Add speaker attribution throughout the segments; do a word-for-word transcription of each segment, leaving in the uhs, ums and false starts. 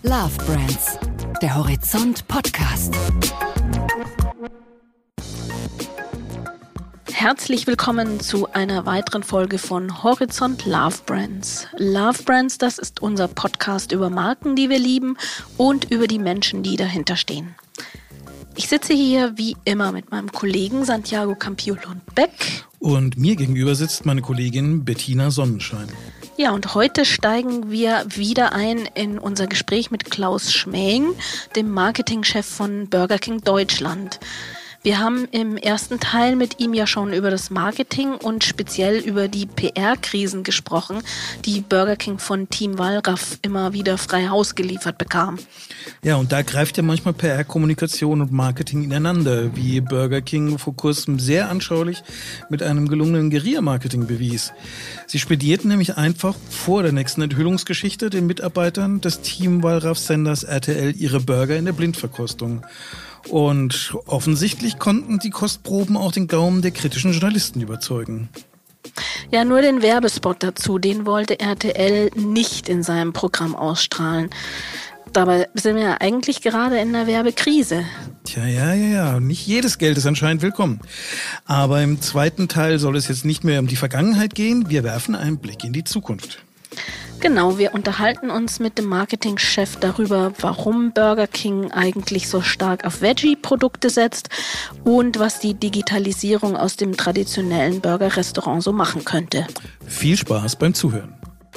Speaker 1: Love Brands, der Horizont Podcast.
Speaker 2: Herzlich willkommen zu einer weiteren Folge von Horizont Love Brands. Love Brands, das ist unser Podcast über Marken, die wir lieben und über die Menschen, die dahinter stehen. Ich sitze hier wie immer mit meinem Kollegen Santiago Campillo-Lundbeck.
Speaker 3: Und mir gegenüber sitzt meine Kollegin Bettina Sonnenschein.
Speaker 2: Ja, und heute steigen wir wieder ein in unser Gespräch mit Klaus Schmähing, dem Marketingchef von Burger King Deutschland. Wir haben im ersten Teil mit ihm ja schon über das Marketing und speziell über die P R-Krisen gesprochen, die Burger King von Team Wallraff immer wieder frei Haus geliefert bekam.
Speaker 3: Ja, und da greift ja manchmal P R-Kommunikation und Marketing ineinander, wie Burger King vor kurzem sehr anschaulich mit einem gelungenen Guerilla-Marketing bewies. Sie spedierten nämlich einfach vor der nächsten Enthüllungsgeschichte den Mitarbeitern des Team Wallraff-Senders R T L ihre Burger in der Blindverkostung. Und offensichtlich konnten die Kostproben auch den Gaumen der kritischen Journalisten überzeugen.
Speaker 2: Ja, nur den Werbespot dazu, den wollte R T L nicht in seinem Programm ausstrahlen. Dabei sind wir ja eigentlich gerade in einer Werbekrise.
Speaker 3: Tja, ja, ja, ja. Nicht jedes Geld ist anscheinend willkommen. Aber im zweiten Teil soll es jetzt nicht mehr um die Vergangenheit gehen. Wir werfen einen Blick in die Zukunft.
Speaker 2: Genau, wir unterhalten uns mit dem Marketingchef darüber, warum Burger King eigentlich so stark auf Veggie-Produkte setzt und was die Digitalisierung aus dem traditionellen Burger-Restaurant so machen könnte.
Speaker 3: Viel Spaß beim Zuhören.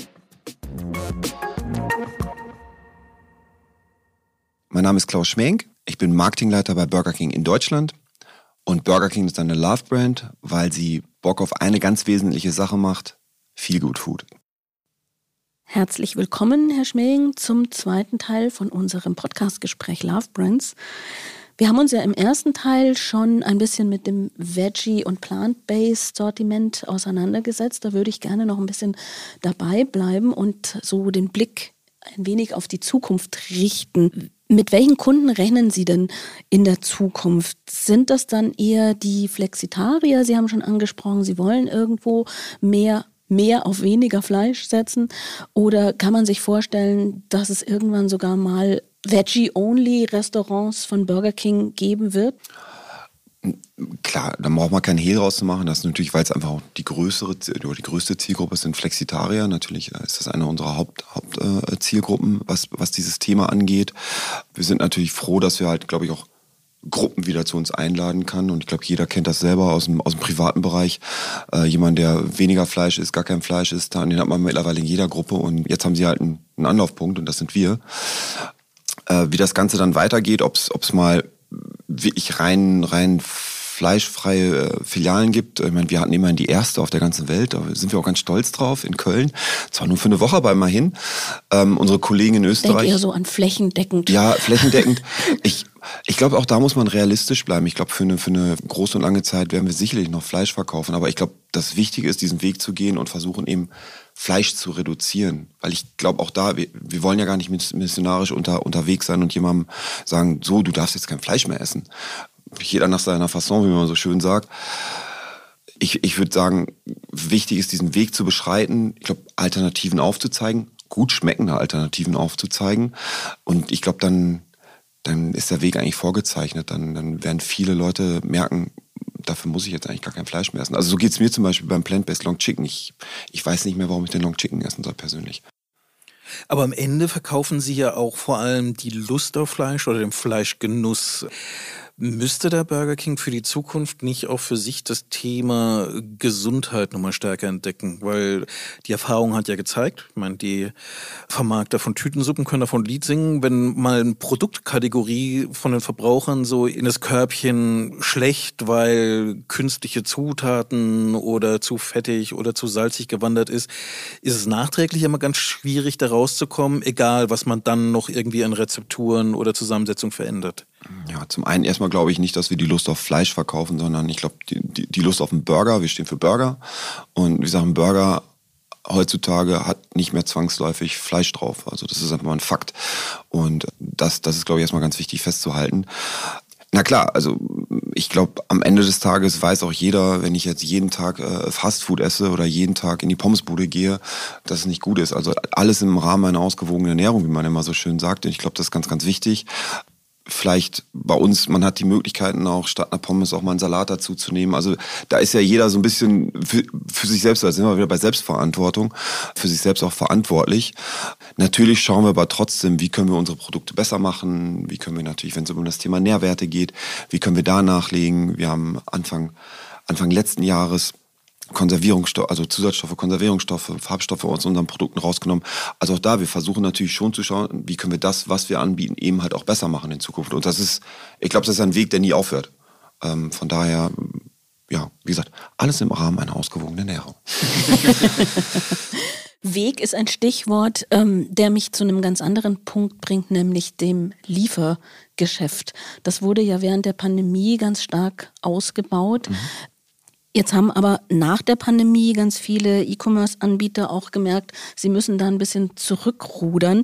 Speaker 4: Mein Name ist Klaus Schmähing, ich bin Marketingleiter bei Burger King in Deutschland und Burger King ist eine Love-Brand, weil sie Bock auf eine ganz wesentliche Sache macht, Feel Good Food.
Speaker 2: Herzlich willkommen, Herr Schmähing, zum zweiten Teil von unserem Podcast-Gespräch Love Brands. Wir haben uns ja im ersten Teil schon ein bisschen mit dem Veggie- und Plant-Based-Sortiment auseinandergesetzt. Da würde ich gerne noch ein bisschen dabei bleiben und so den Blick ein wenig auf die Zukunft richten. Mit welchen Kunden rechnen Sie denn in der Zukunft? Sind das dann eher die Flexitarier? Sie haben schon angesprochen, Sie wollen irgendwo mehr mehr auf weniger Fleisch setzen? Oder kann man sich vorstellen, dass es irgendwann sogar mal Veggie-Only-Restaurants von Burger King geben wird?
Speaker 4: Klar, da braucht man keinen Hehl draus zu machen. Das ist natürlich, weil es einfach auch die größere oder die größte Zielgruppe sind Flexitarier. Natürlich ist das eine unserer Haupt, Hauptzielgruppen, was, was dieses Thema angeht. Wir sind natürlich froh, dass wir halt, glaube ich, auch Gruppen wieder zu uns einladen kann. Und ich glaube, jeder kennt das selber aus dem, aus dem privaten Bereich. Äh, jemand, der weniger Fleisch isst, gar kein Fleisch isst, den hat man mittlerweile in jeder Gruppe. Und jetzt haben sie halt einen, einen Anlaufpunkt und das sind wir. Äh, wie das Ganze dann weitergeht, ob es mal wirklich rein, rein fleischfreie äh, Filialen gibt. Ich meine, wir hatten immerhin die erste auf der ganzen Welt. Da sind wir auch ganz stolz drauf in Köln. Zwar nur für eine Woche, aber immerhin. Ähm, unsere Kollegen in Österreich.
Speaker 2: Denkt eher so an flächendeckend.
Speaker 4: Ja, flächendeckend. ich Ich glaube, auch da muss man realistisch bleiben. Ich glaube, für eine, für eine große und lange Zeit werden wir sicherlich noch Fleisch verkaufen. Aber ich glaube, das Wichtige ist, diesen Weg zu gehen und versuchen eben Fleisch zu reduzieren. Weil ich glaube auch da, wir, wir wollen ja gar nicht missionarisch unter, unterwegs sein und jemandem sagen, so, du darfst jetzt kein Fleisch mehr essen. Jeder nach seiner Fasson, wie man so schön sagt. Ich, ich würde sagen, wichtig ist, diesen Weg zu beschreiten. Ich glaube, Alternativen aufzuzeigen, gut schmeckende Alternativen aufzuzeigen. Und ich glaube, dann dann ist der Weg eigentlich vorgezeichnet. Dann, dann werden viele Leute merken, dafür muss ich jetzt eigentlich gar kein Fleisch mehr essen. Also so geht es mir zum Beispiel beim Plant-Based Long Chicken. Ich, ich weiß nicht mehr, warum ich den Long Chicken essen soll persönlich.
Speaker 3: Aber am Ende verkaufen Sie ja auch vor allem die Lust auf Fleisch oder den Fleischgenuss. Müsste der Burger King für die Zukunft nicht auch für sich das Thema Gesundheit nochmal stärker entdecken? Weil die Erfahrung hat ja gezeigt, ich meine, die Vermarkter von Tütensuppen können davon ein Lied singen, wenn mal eine Produktkategorie von den Verbrauchern so in das Körbchen schlecht, weil künstliche Zutaten oder zu fettig oder zu salzig gewandert ist, ist es nachträglich immer ganz schwierig, da rauszukommen, egal was man dann noch irgendwie an Rezepturen oder Zusammensetzung verändert.
Speaker 4: Ja, zum einen erstmal glaube ich nicht, dass wir die Lust auf Fleisch verkaufen, sondern ich glaube die, die, die Lust auf einen Burger. Wir stehen für Burger und wir sagen, Burger heutzutage hat nicht mehr zwangsläufig Fleisch drauf. Also das ist einfach mal ein Fakt und das, das ist glaube ich erstmal ganz wichtig festzuhalten. Na klar, also ich glaube, am Ende des Tages weiß auch jeder, wenn ich jetzt jeden Tag äh, Fastfood esse oder jeden Tag in die Pommesbude gehe, dass es nicht gut ist. Also alles im Rahmen einer ausgewogenen Ernährung, wie man immer so schön sagt. Und ich glaube, das ist ganz, ganz wichtig. Vielleicht bei uns, man hat die Möglichkeiten auch statt einer Pommes auch mal einen Salat dazu zu nehmen. Also da ist ja jeder so ein bisschen für, für sich selbst, da sind wir wieder bei Selbstverantwortung, für sich selbst auch verantwortlich. Natürlich schauen wir aber trotzdem, wie können wir unsere Produkte besser machen, wie können wir natürlich, wenn es um das Thema Nährwerte geht, wie können wir da nachlegen. Wir haben Anfang, Anfang letzten Jahres Konservierungsstoffe, also Zusatzstoffe, Konservierungsstoffe, Farbstoffe aus unseren Produkten rausgenommen. Also auch da, wir versuchen natürlich schon zu schauen, wie können wir das, was wir anbieten, eben halt auch besser machen in Zukunft. Und das ist, ich glaube, das ist ein Weg, der nie aufhört. Ähm, von daher, ja, wie gesagt, alles im Rahmen einer ausgewogenen Ernährung.
Speaker 2: Weg ist ein Stichwort, ähm, der mich zu einem ganz anderen Punkt bringt, nämlich dem Liefergeschäft. Das wurde ja während der Pandemie ganz stark ausgebaut. Mhm. Jetzt haben aber nach der Pandemie ganz viele E-Commerce-Anbieter auch gemerkt, sie müssen da ein bisschen zurückrudern.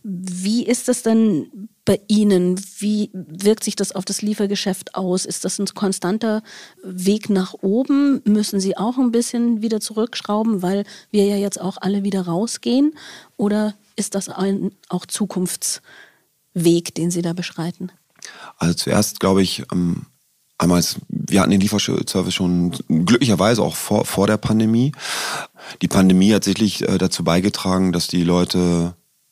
Speaker 2: Wie ist das denn bei Ihnen? Wie wirkt sich das auf das Liefergeschäft aus? Ist das ein konstanter Weg nach oben? Müssen Sie auch ein bisschen wieder zurückschrauben, weil wir ja jetzt auch alle wieder rausgehen? Oder ist das ein auch Zukunftsweg, den Sie da beschreiten?
Speaker 4: Also zuerst glaube ich, ähm Einmal, ist, wir hatten den Lieferservice schon glücklicherweise auch vor, vor der Pandemie. Die Pandemie hat sicherlich äh, dazu beigetragen, dass die Leute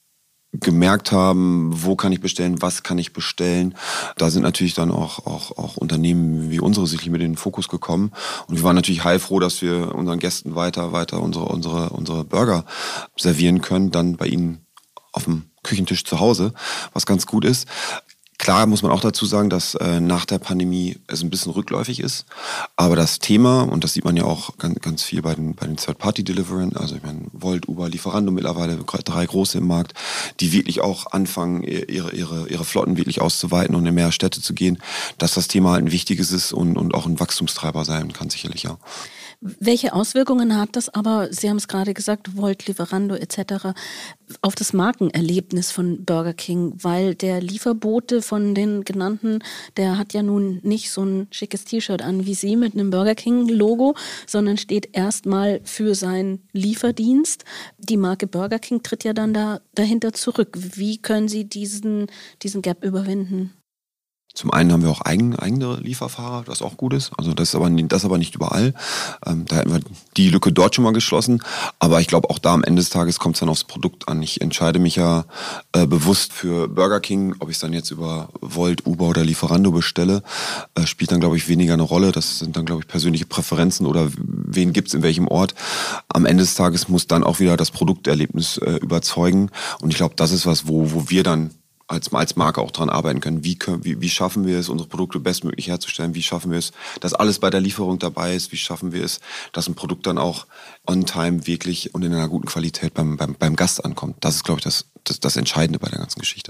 Speaker 4: gemerkt haben, wo kann ich bestellen, was kann ich bestellen. Da sind natürlich dann auch, auch, auch Unternehmen wie unsere sicherlich mit in den Fokus gekommen. Und wir waren natürlich heilfroh, dass wir unseren Gästen weiter, weiter unsere, unsere, unsere Burger servieren können, dann bei ihnen auf dem Küchentisch zu Hause, was ganz gut ist. Klar muss man auch dazu sagen, dass äh, nach der Pandemie es ein bisschen rückläufig ist. Aber das Thema, und das sieht man ja auch ganz, ganz viel bei den, bei den Third-Party-Deliverern, also ich meine, Volt, Uber, Lieferando mittlerweile, drei große im Markt, die wirklich auch anfangen, ihre, ihre, ihre Flotten wirklich auszuweiten und in mehr Städte zu gehen, dass das Thema halt ein wichtiges ist und, und auch ein Wachstumstreiber sein kann, sicherlich, ja.
Speaker 2: Welche Auswirkungen hat das aber, Sie haben es gerade gesagt, Volt, Lieferando et cetera, auf das Markenerlebnis von Burger King? Weil der Lieferbote von den genannten, der hat ja nun nicht so ein schickes T-Shirt an wie Sie mit einem Burger King-Logo, sondern steht erstmal für seinen Lieferdienst. Die Marke Burger King tritt ja dann da dahinter zurück. Wie können Sie diesen, diesen Gap überwinden?
Speaker 4: Zum einen haben wir auch eigen, eigene Lieferfahrer, was auch gut ist. Also das ist aber, das aber nicht überall. Ähm, da hätten wir die Lücke dort schon mal geschlossen. Aber ich glaube, auch da am Ende des Tages kommt es dann aufs Produkt an. Ich entscheide mich ja äh, bewusst für Burger King, ob ich es dann jetzt über Volt, Uber oder Lieferando bestelle, äh, spielt dann, glaube ich, weniger eine Rolle. Das sind dann, glaube ich, persönliche Präferenzen oder wen gibt es in welchem Ort. Am Ende des Tages muss dann auch wieder das Produkterlebnis äh, überzeugen. Und ich glaube, das ist was, wo, wo wir dann als, als Marke auch dran arbeiten können. Wie, können wie, wie schaffen wir es, unsere Produkte bestmöglich herzustellen? Wie schaffen wir es, dass alles bei der Lieferung dabei ist? Wie schaffen wir es, dass ein Produkt dann auch on time wirklich und in einer guten Qualität beim, beim, beim Gast ankommt? Das ist, glaube ich, das, das, das Entscheidende bei der ganzen Geschichte.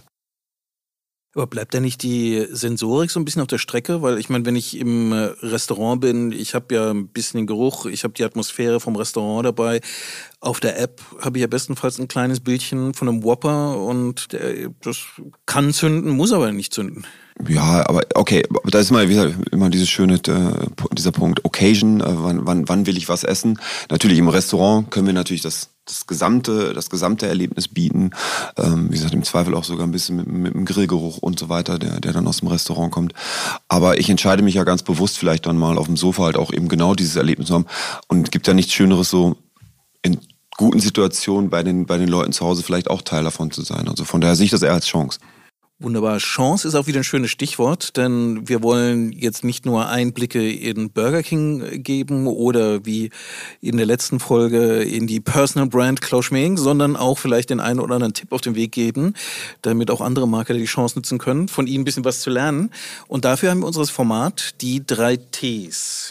Speaker 3: Aber bleibt da nicht die Sensorik so ein bisschen auf der Strecke? Weil ich meine, wenn ich im Restaurant bin, ich habe ja ein bisschen den Geruch, ich habe die Atmosphäre vom Restaurant dabei. Auf der App habe ich ja bestenfalls ein kleines Bildchen von einem Whopper und der, das kann zünden, muss aber nicht zünden.
Speaker 4: Ja, aber okay, da ist immer, wie gesagt, immer dieses schöne, äh, dieser Punkt Occasion, äh, wann, wann, wann will ich was essen? Natürlich im Restaurant können wir natürlich das, das gesamte, das gesamte Erlebnis bieten. Ähm, wie gesagt, im Zweifel auch sogar ein bisschen mit, mit dem Grillgeruch und so weiter, der, der dann aus dem Restaurant kommt. Aber ich entscheide mich ja ganz bewusst vielleicht dann mal auf dem Sofa halt auch eben genau dieses Erlebnis zu haben. Und es gibt ja nichts Schöneres so in guten Situationen bei den, bei den Leuten zu Hause vielleicht auch Teil davon zu sein. Also von daher sehe ich das eher als Chance.
Speaker 3: Wunderbar. Chance ist auch wieder ein schönes Stichwort, denn wir wollen jetzt nicht nur Einblicke in Burger King geben oder wie in der letzten Folge in die Personal Brand Klaus Schmeling, sondern auch vielleicht den einen oder anderen Tipp auf den Weg geben, damit auch andere Marketer die Chance nutzen können, von ihnen ein bisschen was zu lernen. Und dafür haben wir unser Format, die drei Ts.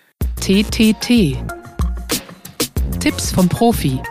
Speaker 1: T T T. Tipps vom Profi.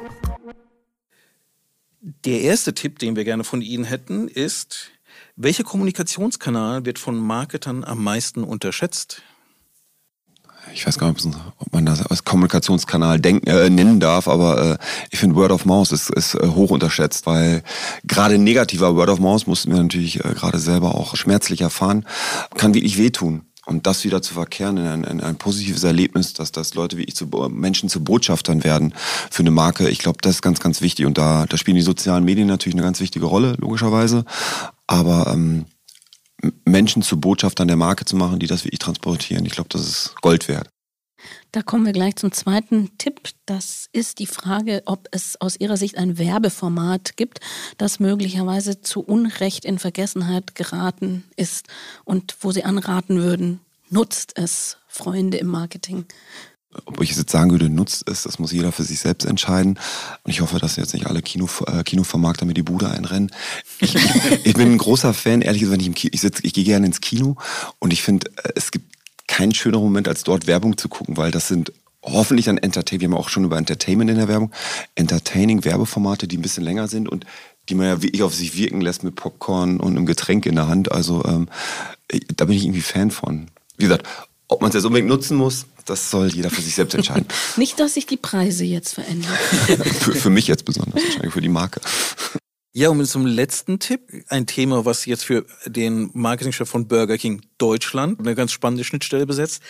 Speaker 3: Der erste Tipp, den wir gerne von Ihnen hätten, ist: Welcher Kommunikationskanal wird von Marketern am meisten unterschätzt?
Speaker 4: Ich weiß gar nicht, ob man das als Kommunikationskanal denken, äh, nennen darf, aber äh, ich finde Word of Mouth ist, ist äh, hoch unterschätzt, weil gerade negativer Word of Mouth mussten wir natürlich äh, gerade selber auch schmerzlich erfahren, kann wirklich wehtun. Und das wieder zu verkehren in ein, in ein positives Erlebnis, dass, dass Leute wie ich zu Menschen zu Botschaftern werden für eine Marke, ich glaube, das ist ganz, ganz wichtig. Und da, da spielen die sozialen Medien natürlich eine ganz wichtige Rolle, logischerweise. Aber ähm, Menschen zu Botschaftern der Marke zu machen, die das wirklich transportieren, ich glaube, das ist Gold wert.
Speaker 2: Da kommen wir gleich zum zweiten Tipp. Das ist die Frage, ob es aus Ihrer Sicht ein Werbeformat gibt, das möglicherweise zu Unrecht in Vergessenheit geraten ist und wo Sie anraten würden, nutzt es, Freunde im Marketing.
Speaker 4: Ob ich jetzt sagen würde, nutzt es, das muss jeder für sich selbst entscheiden. Und ich hoffe, dass jetzt nicht alle Kino, äh, Kinovermarkter mir die Bude einrennen. Ich, ich bin ein großer Fan, ehrlich gesagt, wenn ich im Kino, ich, sitz, ich gehe gerne ins Kino und ich finde, es gibt kein schönerer Moment, als dort Werbung zu gucken, weil das sind hoffentlich dann Entertainment, wir haben auch schon über Entertainment in der Werbung, Entertaining Werbeformate, die ein bisschen länger sind und die man ja wirklich auf sich wirken lässt mit Popcorn und einem Getränk in der Hand. Also ähm, da bin ich irgendwie Fan von. Wie gesagt, ob man es jetzt unbedingt nutzen muss, das soll jeder für sich selbst entscheiden.
Speaker 2: Nicht, dass sich die Preise jetzt verändern.
Speaker 4: für, für mich jetzt besonders, wahrscheinlich für die Marke.
Speaker 3: Ja, und zum letzten Tipp, ein Thema, was jetzt für den Marketingchef von Burger King Deutschland eine ganz spannende Schnittstelle besetzt.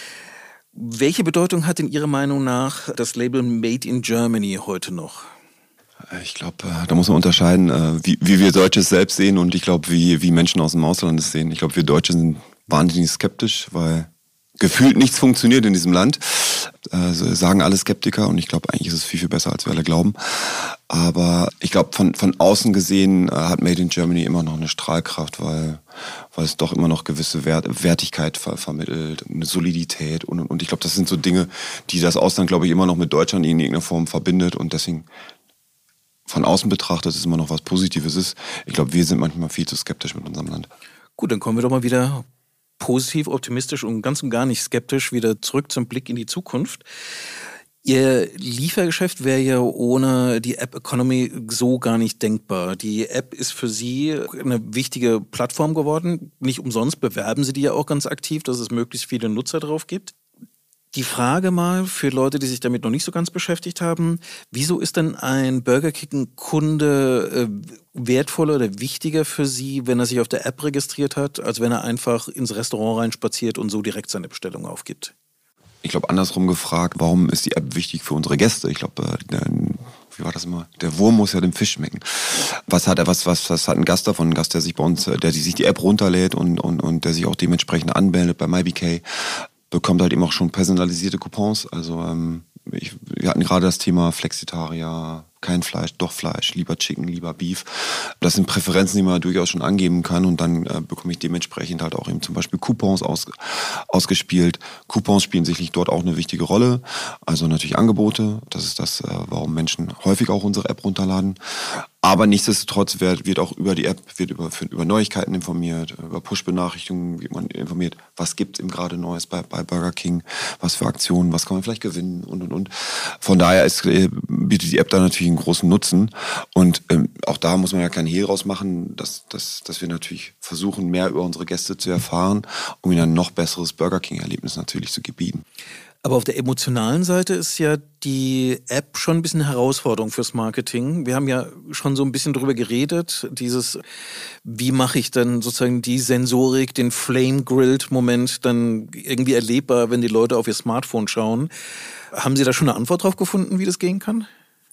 Speaker 3: Welche Bedeutung hat in Ihrer Meinung nach das Label Made in Germany heute noch?
Speaker 4: Ich glaube, da muss man unterscheiden, wie, wie wir Deutsche es selbst sehen und ich glaube, wie, wie Menschen aus dem Ausland es sehen. Ich glaube, wir Deutsche sind wahnsinnig skeptisch, weil gefühlt nichts funktioniert in diesem Land. Also sagen alle Skeptiker und ich glaube, eigentlich ist es viel, viel besser, als wir alle glauben. Aber ich glaube, von, von außen gesehen hat Made in Germany immer noch eine Strahlkraft, weil, weil es doch immer noch gewisse Wert, Wertigkeit ver, vermittelt, eine Solidität und, und ich glaube, das sind so Dinge, die das Ausland, glaube ich, immer noch mit Deutschland in irgendeiner Form verbindet und deswegen von außen betrachtet ist immer noch was Positives ist. Ich glaube, wir sind manchmal viel zu skeptisch mit unserem Land.
Speaker 3: Gut, dann kommen wir doch mal wieder positiv, optimistisch und ganz und gar nicht skeptisch wieder zurück zum Blick in die Zukunft. Ihr Liefergeschäft wäre ja ohne die App Economy so gar nicht denkbar. Die App ist für Sie eine wichtige Plattform geworden. Nicht umsonst bewerben Sie die ja auch ganz aktiv, dass es möglichst viele Nutzer drauf gibt. Die Frage mal für Leute, die sich damit noch nicht so ganz beschäftigt haben, wieso ist denn ein Burger King-Kunde äh, wertvoller oder wichtiger für Sie, wenn er sich auf der App registriert hat, als wenn er einfach ins Restaurant reinspaziert und so direkt seine Bestellung aufgibt?
Speaker 4: Ich glaube, andersrum gefragt, warum ist die App wichtig für unsere Gäste? Ich glaube, äh, wie war das immer? Der Wurm muss ja dem Fisch schmecken. Was hat er, was, was, was hat ein Gast davon? Ein Gast, der sich bei uns, der sich die App runterlädt und, und, und der sich auch dementsprechend anmeldet bei MyBK, bekommt halt eben auch schon personalisierte Coupons. Also ähm, ich, wir hatten gerade das Thema Flexitarier, kein Fleisch, doch Fleisch, lieber Chicken, lieber Beef. Das sind Präferenzen, die man durchaus schon angeben kann und dann äh, bekomme ich dementsprechend halt auch eben zum Beispiel Coupons aus, ausgespielt. Coupons spielen sicherlich dort auch eine wichtige Rolle. Also natürlich Angebote, das ist das, äh, warum Menschen häufig auch unsere App runterladen. Aber nichtsdestotrotz wird, wird auch über die App wird über, über Neuigkeiten informiert, über Push-Benachrichtigungen wird man informiert, was gibt es eben gerade Neues bei, bei Burger King, was für Aktionen, was kann man vielleicht gewinnen und und und. Von daher ist, bietet die App da natürlich einen großen Nutzen und ähm, auch da muss man ja keinen Hehl raus machen, dass, dass, dass wir natürlich versuchen, mehr über unsere Gäste zu erfahren, um ihnen ein noch besseres Burger King-Erlebnis natürlich zu gebieten.
Speaker 3: Aber auf der emotionalen Seite ist ja die App schon ein bisschen eine Herausforderung fürs Marketing. Wir haben ja schon so ein bisschen drüber geredet, dieses, wie mache ich dann sozusagen die Sensorik, den Flame-Grilled-Moment dann irgendwie erlebbar, wenn die Leute auf ihr Smartphone schauen. Haben Sie da schon eine Antwort drauf gefunden, wie das gehen kann?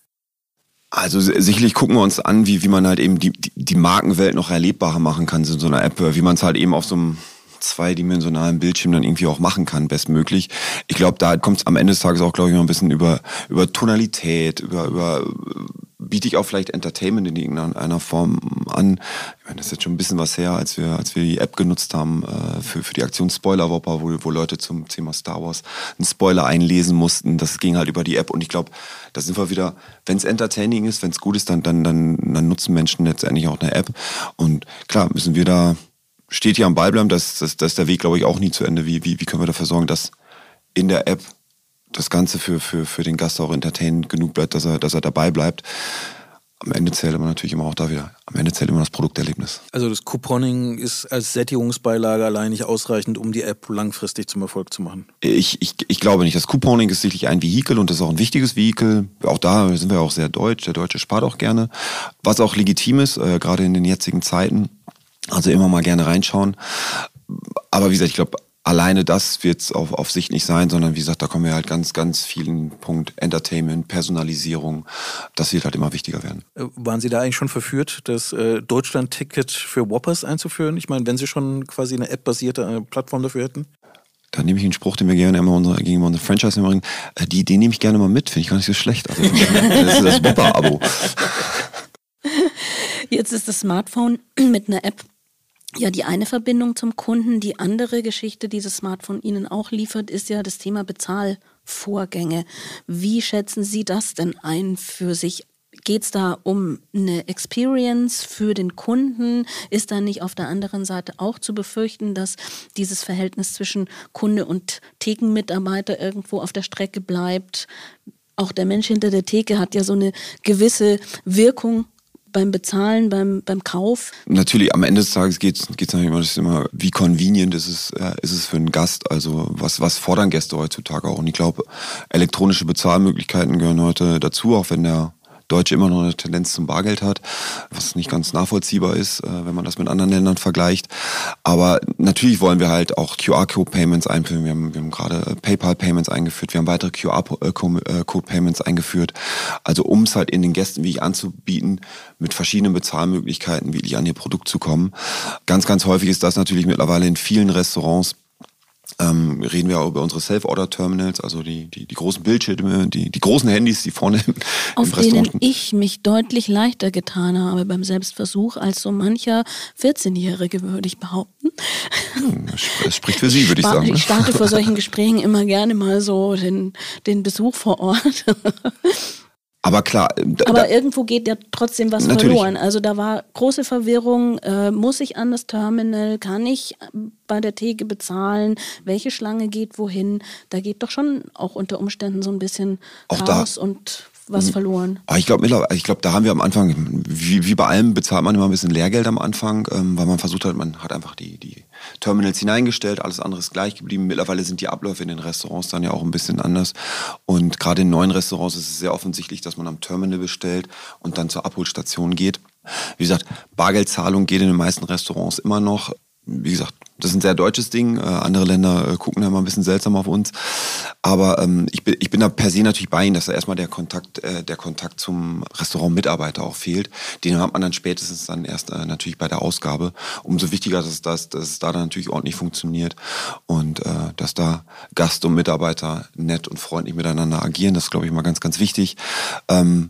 Speaker 4: Also sicherlich gucken wir uns an, wie, wie man halt eben die, die, die Markenwelt noch erlebbarer machen kann in so einer App, wie man es halt eben auf so einem zweidimensionalen Bildschirm dann irgendwie auch machen kann, bestmöglich. Ich glaube, da kommt es am Ende des Tages auch, glaube ich, mal ein bisschen über, über Tonalität, über, über biete ich auch vielleicht Entertainment in irgendeiner Form an. Ich meine, das ist jetzt schon ein bisschen was her, als wir, als wir die App genutzt haben äh, für, für die Aktion Spoiler-Whopper, wo, wo Leute zum Thema Star Wars einen Spoiler einlesen mussten. Das ging halt über die App und ich glaube, da sind wir wieder, wenn es entertaining ist, wenn es gut ist, dann, dann, dann, dann nutzen Menschen letztendlich auch eine App. Und klar, müssen wir da steht hier am Ball bleiben, das, das, das ist der Weg, glaube ich, auch nie zu Ende. Wie, wie, wie können wir dafür sorgen, dass in der App das Ganze für, für, für den Gast auch entertainend genug bleibt, dass er, dass er dabei bleibt. Am Ende zählt aber natürlich immer auch da wieder, am Ende zählt immer das Produkterlebnis. Also
Speaker 3: das Couponing ist als Sättigungsbeilage allein nicht ausreichend, um die App langfristig zum Erfolg zu machen?
Speaker 4: Ich, ich, ich glaube nicht. Das Couponing ist sicherlich ein Vehikel und das ist auch ein wichtiges Vehikel. Auch da sind wir auch sehr deutsch. Der Deutsche spart auch gerne. Was auch legitim ist, äh, gerade in den jetzigen Zeiten. Also immer mal gerne reinschauen. Aber wie gesagt, ich glaube, alleine das wird es auf, auf Sicht nicht sein, sondern wie gesagt, da kommen wir halt ganz, ganz vielen Punkt Entertainment, Personalisierung, das wird halt immer wichtiger werden.
Speaker 3: Waren Sie da eigentlich schon verführt, das äh, Deutschland-Ticket für Whoppers einzuführen? Ich meine, wenn Sie schon quasi eine App-basierte äh, Plattform dafür hätten?
Speaker 4: Da nehme ich einen Spruch, den wir gerne immer unsere, gegenüber unseren Franchise bringen. Die Idee nehme ich gerne mal mit, finde ich gar nicht so schlecht. Also, das ist das Whopper-Abo.
Speaker 2: Jetzt ist das Smartphone mit einer App ja die eine Verbindung zum Kunden. Die andere Geschichte, die das Smartphone Ihnen auch liefert, ist ja das Thema Bezahlvorgänge. Wie schätzen Sie das denn ein für sich? Geht es da um eine Experience für den Kunden? Ist da nicht auf der anderen Seite auch zu befürchten, dass dieses Verhältnis zwischen Kunde und Thekenmitarbeiter irgendwo auf der Strecke bleibt? Auch der Mensch hinter der Theke hat ja so eine gewisse Wirkung beim Bezahlen, beim, beim Kauf.
Speaker 4: Natürlich, am Ende des Tages geht es natürlich immer, wie convenient ist es, äh, ist es für einen Gast, also was, was fordern Gäste heutzutage auch. Und ich glaube, elektronische Bezahlmöglichkeiten gehören heute dazu, auch wenn der Deutsche immer noch eine Tendenz zum Bargeld hat, was nicht ganz nachvollziehbar ist, wenn man das mit anderen Ländern vergleicht. Aber natürlich wollen wir halt auch Q R-Code-Payments einführen. Wir haben, wir haben gerade PayPal-Payments eingeführt, wir haben weitere Q R-Code-Payments eingeführt. Also um es halt in den Gästen wirklich anzubieten, mit verschiedenen Bezahlmöglichkeiten wirklich an ihr Produkt zu kommen. Ganz, ganz häufig ist das natürlich mittlerweile in vielen Restaurants. Ähm, reden wir auch über unsere Self-Order-Terminals, also die, die, die großen Bildschirme, die, die großen Handys, die vorne im,
Speaker 2: auf
Speaker 4: im Restaurant
Speaker 2: denen ich mich deutlich leichter getan habe beim Selbstversuch als so mancher vierzehnjährige, würde ich behaupten.
Speaker 4: Hm, das spricht für Sie, würde ich sagen.
Speaker 2: Ich starte vor solchen Gesprächen immer gerne mal so den, den Besuch vor Ort.
Speaker 4: Aber klar. Da,
Speaker 2: Aber
Speaker 4: da,
Speaker 2: irgendwo geht ja trotzdem was
Speaker 4: natürlich.
Speaker 2: verloren. Also da war große Verwirrung. Äh, muss ich an das Terminal? Kann ich bei der Theke bezahlen? Welche Schlange geht wohin? Da geht doch schon auch unter Umständen so ein bisschen
Speaker 4: auch
Speaker 2: Chaos
Speaker 4: da,
Speaker 2: und was verloren.
Speaker 4: Aber ich glaube, ich glaube, da haben wir am Anfang, wie, wie bei allem, bezahlt man immer ein bisschen Lehrgeld am Anfang, ähm, weil man versucht hat, man hat einfach die, die Terminals hineingestellt, alles andere ist gleich geblieben. Mittlerweile sind die Abläufe in den Restaurants dann ja auch ein bisschen anders. Und gerade in neuen Restaurants ist es sehr offensichtlich, dass man am Terminal bestellt und dann zur Abholstation geht. Wie gesagt, Bargeldzahlung geht in den meisten Restaurants immer noch. Wie gesagt, das ist ein sehr deutsches Ding. Äh, andere Länder äh, gucken da mal ein bisschen seltsam auf uns. Aber ähm, ich, bin, ich bin da per se natürlich bei Ihnen, dass da erstmal der Kontakt, äh, der Kontakt zum Restaurantmitarbeiter auch fehlt. Den hat man dann spätestens dann erst äh, natürlich bei der Ausgabe. Umso wichtiger, dass, dass, dass es da dann natürlich ordentlich funktioniert und äh, dass da Gast und Mitarbeiter nett und freundlich miteinander agieren. Das ist, glaube ich, mal ganz, ganz wichtig. Ähm,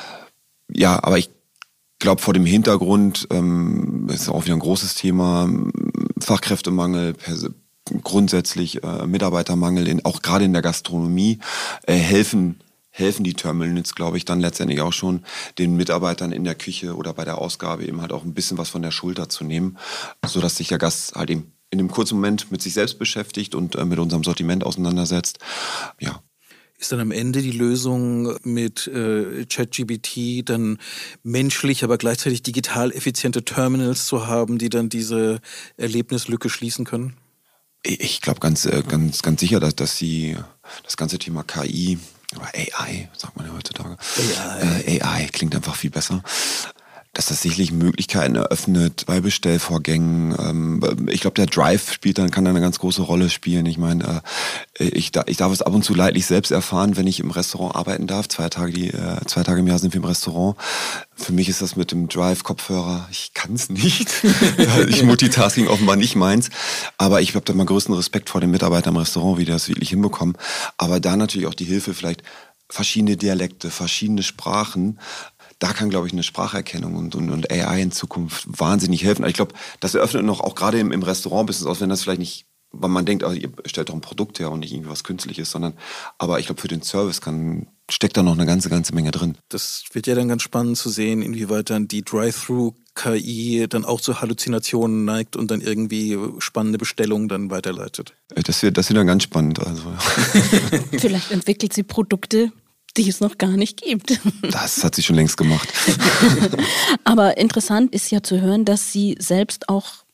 Speaker 4: ja, aber ich Ich glaube, vor dem Hintergrund ähm, ist auch wieder ein großes Thema, Fachkräftemangel, grundsätzlich äh, Mitarbeitermangel, in, auch gerade in der Gastronomie, äh, helfen, helfen die Terminals, glaube ich, dann letztendlich auch schon den Mitarbeitern in der Küche oder bei der Ausgabe eben halt auch ein bisschen was von der Schulter zu nehmen, sodass sich der Gast halt eben in einem kurzen Moment mit sich selbst beschäftigt und äh, mit unserem Sortiment auseinandersetzt. Ja.
Speaker 3: Ist dann am Ende die Lösung mit äh, ChatGPT dann menschlich, aber gleichzeitig digital effiziente Terminals zu haben, die dann diese Erlebnislücke schließen können?
Speaker 4: Ich glaube ganz, ganz, ganz sicher, dass, dass sie das ganze Thema K I oder A I, sagt man ja heutzutage, A I, äh, A I klingt einfach viel besser, dass das sicherlich Möglichkeiten eröffnet bei Bestellvorgängen. Ähm, ich glaube, der Drive spielt dann, kann da eine ganz große Rolle spielen. Ich meine, äh, ich, da, ich darf es ab und zu leidlich selbst erfahren, wenn ich im Restaurant arbeiten darf. Zwei Tage, die, äh, zwei Tage im Jahr sind wir im Restaurant. Für mich ist das mit dem Drive-Kopfhörer, ich kann es nicht. ich Multitasking offenbar nicht meins. Aber ich habe da mal größten Respekt vor den Mitarbeitern im Restaurant, wie die das wirklich hinbekommen. Aber da natürlich auch die Hilfe, vielleicht verschiedene Dialekte, verschiedene Sprachen. Da kann, glaube ich, eine Spracherkennung und, und, und A I in Zukunft wahnsinnig helfen. Ich glaube, das eröffnet noch auch gerade im, im Restaurant-Business aus, wenn das vielleicht nicht, weil man denkt, also ihr stellt doch ein Produkt her und nicht irgendwie was Künstliches, sondern, aber ich glaube, für den Service kann, steckt da noch eine ganze, ganze Menge drin. Das
Speaker 3: wird ja dann ganz spannend zu sehen, inwieweit dann die Drive-Thru-K I dann auch zu Halluzinationen neigt und dann irgendwie spannende Bestellungen dann weiterleitet.
Speaker 4: Das wird, das wird dann ganz spannend. Also.
Speaker 2: Vielleicht entwickelt sie Produkte, die es noch gar nicht gibt.
Speaker 4: Das hat sie schon längst gemacht.
Speaker 2: Aber interessant ist ja zu hören, dass Sie selbst auch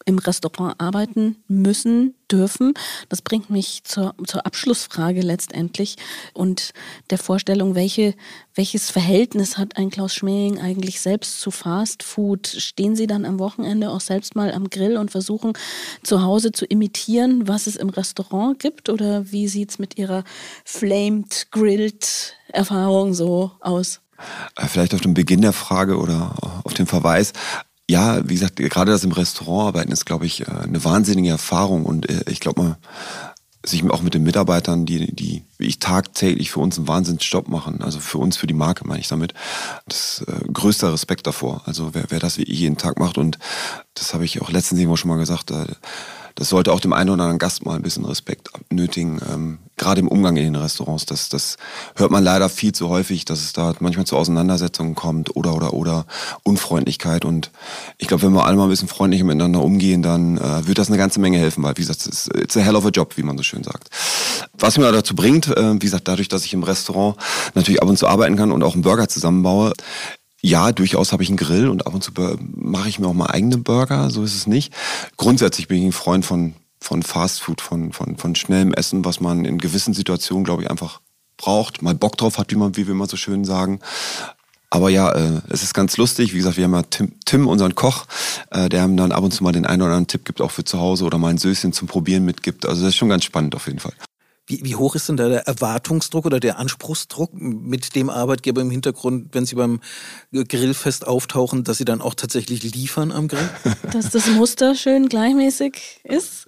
Speaker 2: im Restaurant arbeiten müssen, dürfen. Das bringt mich zur, zur Abschlussfrage letztendlich und der Vorstellung, welche, welches Verhältnis hat ein Klaus Schmeling eigentlich selbst zu Fast Food? Stehen Sie dann am Wochenende auch selbst mal am Grill und versuchen zu Hause zu imitieren, was es im Restaurant gibt? Oder wie sieht es mit Ihrer Flamed, Grilled Erfahrung so aus?
Speaker 4: Vielleicht auf den Beginn der Frage oder auf den Verweis. Ja, wie gesagt, gerade das im Restaurant arbeiten ist, glaube ich, eine wahnsinnige Erfahrung und ich glaube mal, sich auch mit den Mitarbeitern, die, die wie ich tagtäglich für uns einen Wahnsinnsjob machen, also für uns, für die Marke meine ich damit, das ist äh, größter Respekt davor. Also wer, wer das wie ich jeden Tag macht und das habe ich auch letztens irgendwo schon mal gesagt, äh, das sollte auch dem einen oder anderen Gast mal ein bisschen Respekt nötigen, ähm, gerade im Umgang in den Restaurants. Das, das hört man leider viel zu häufig, dass es da manchmal zu Auseinandersetzungen kommt oder, oder, oder Unfreundlichkeit. Und ich glaube, wenn wir alle mal ein bisschen freundlicher miteinander umgehen, dann äh, wird das eine ganze Menge helfen, weil, wie gesagt, it's, it's a hell of a job, wie man so schön sagt. Was mir dazu bringt, äh, wie gesagt, dadurch, dass ich im Restaurant natürlich ab und zu arbeiten kann und auch einen Burger zusammenbaue, ja, durchaus habe ich einen Grill und ab und zu mache ich mir auch mal eigene Burger, so ist es nicht. Grundsätzlich bin ich ein Freund von, von Fast Food, von, von, von schnellem Essen, was man in gewissen Situationen, glaube ich, einfach braucht, mal Bock drauf hat, wie man, wie wir immer so schön sagen. Aber ja, äh, es ist ganz lustig. Wie gesagt, wir haben ja Tim, Tim unseren Koch, äh, der ihm dann ab und zu mal den einen oder anderen Tipp gibt, auch für zu Hause oder mal ein Söschen zum Probieren mitgibt. Also das ist schon ganz spannend auf jeden Fall.
Speaker 3: Wie, wie hoch ist denn da der Erwartungsdruck oder der Anspruchsdruck mit dem Arbeitgeber im Hintergrund, wenn Sie beim Grillfest auftauchen, dass Sie dann auch tatsächlich liefern am Grill?
Speaker 2: Dass das Muster schön gleichmäßig ist?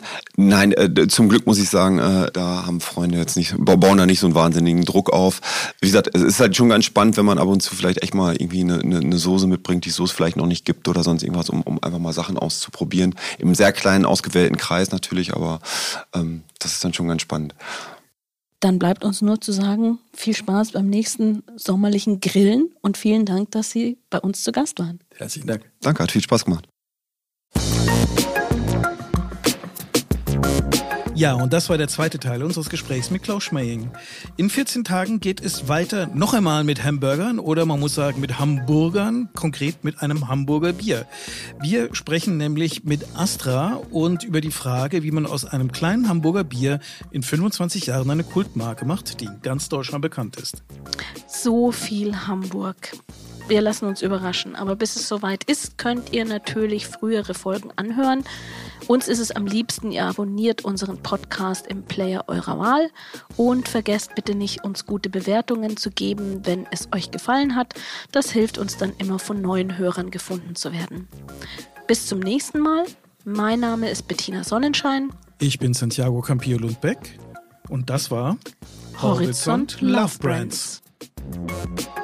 Speaker 4: Nein, äh, zum Glück muss ich sagen, äh, da haben Freunde jetzt nicht, bauen da nicht so einen wahnsinnigen Druck auf. Wie gesagt, es ist halt schon ganz spannend, wenn man ab und zu vielleicht echt mal irgendwie eine, eine, eine Soße mitbringt, die es Soße vielleicht noch nicht gibt oder sonst irgendwas, um, um einfach mal Sachen auszuprobieren. Im sehr kleinen, ausgewählten Kreis natürlich, aber ähm, das ist dann schon ganz spannend.
Speaker 2: Dann bleibt uns nur zu sagen, viel Spaß beim nächsten sommerlichen Grillen und vielen Dank, dass Sie bei uns zu Gast waren.
Speaker 3: Herzlichen Dank.
Speaker 4: Danke, hat viel Spaß gemacht.
Speaker 5: Ja, und das war der zweite Teil unseres Gesprächs mit Klaus Schmeling. In vierzehn Tagen geht es weiter noch einmal mit Hamburgern oder man muss sagen mit Hamburgern, konkret mit einem Hamburger Bier. Wir sprechen nämlich mit Astra und über die Frage, wie man aus einem kleinen Hamburger Bier in fünfundzwanzig Jahren eine Kultmarke macht, die in ganz Deutschland bekannt ist.
Speaker 2: So viel Hamburg. Wir lassen uns überraschen. Aber bis es soweit ist, könnt ihr natürlich frühere Folgen anhören. Uns ist es am liebsten, ihr abonniert unseren Podcast im Player eurer Wahl und vergesst bitte nicht, uns gute Bewertungen zu geben, wenn es euch gefallen hat. Das hilft uns dann immer, von neuen Hörern gefunden zu werden. Bis zum nächsten Mal. Mein Name ist Bettina Sonnenschein.
Speaker 5: Ich bin Santiago Campillo Lundbeck und das war
Speaker 2: Horizont Love Brands.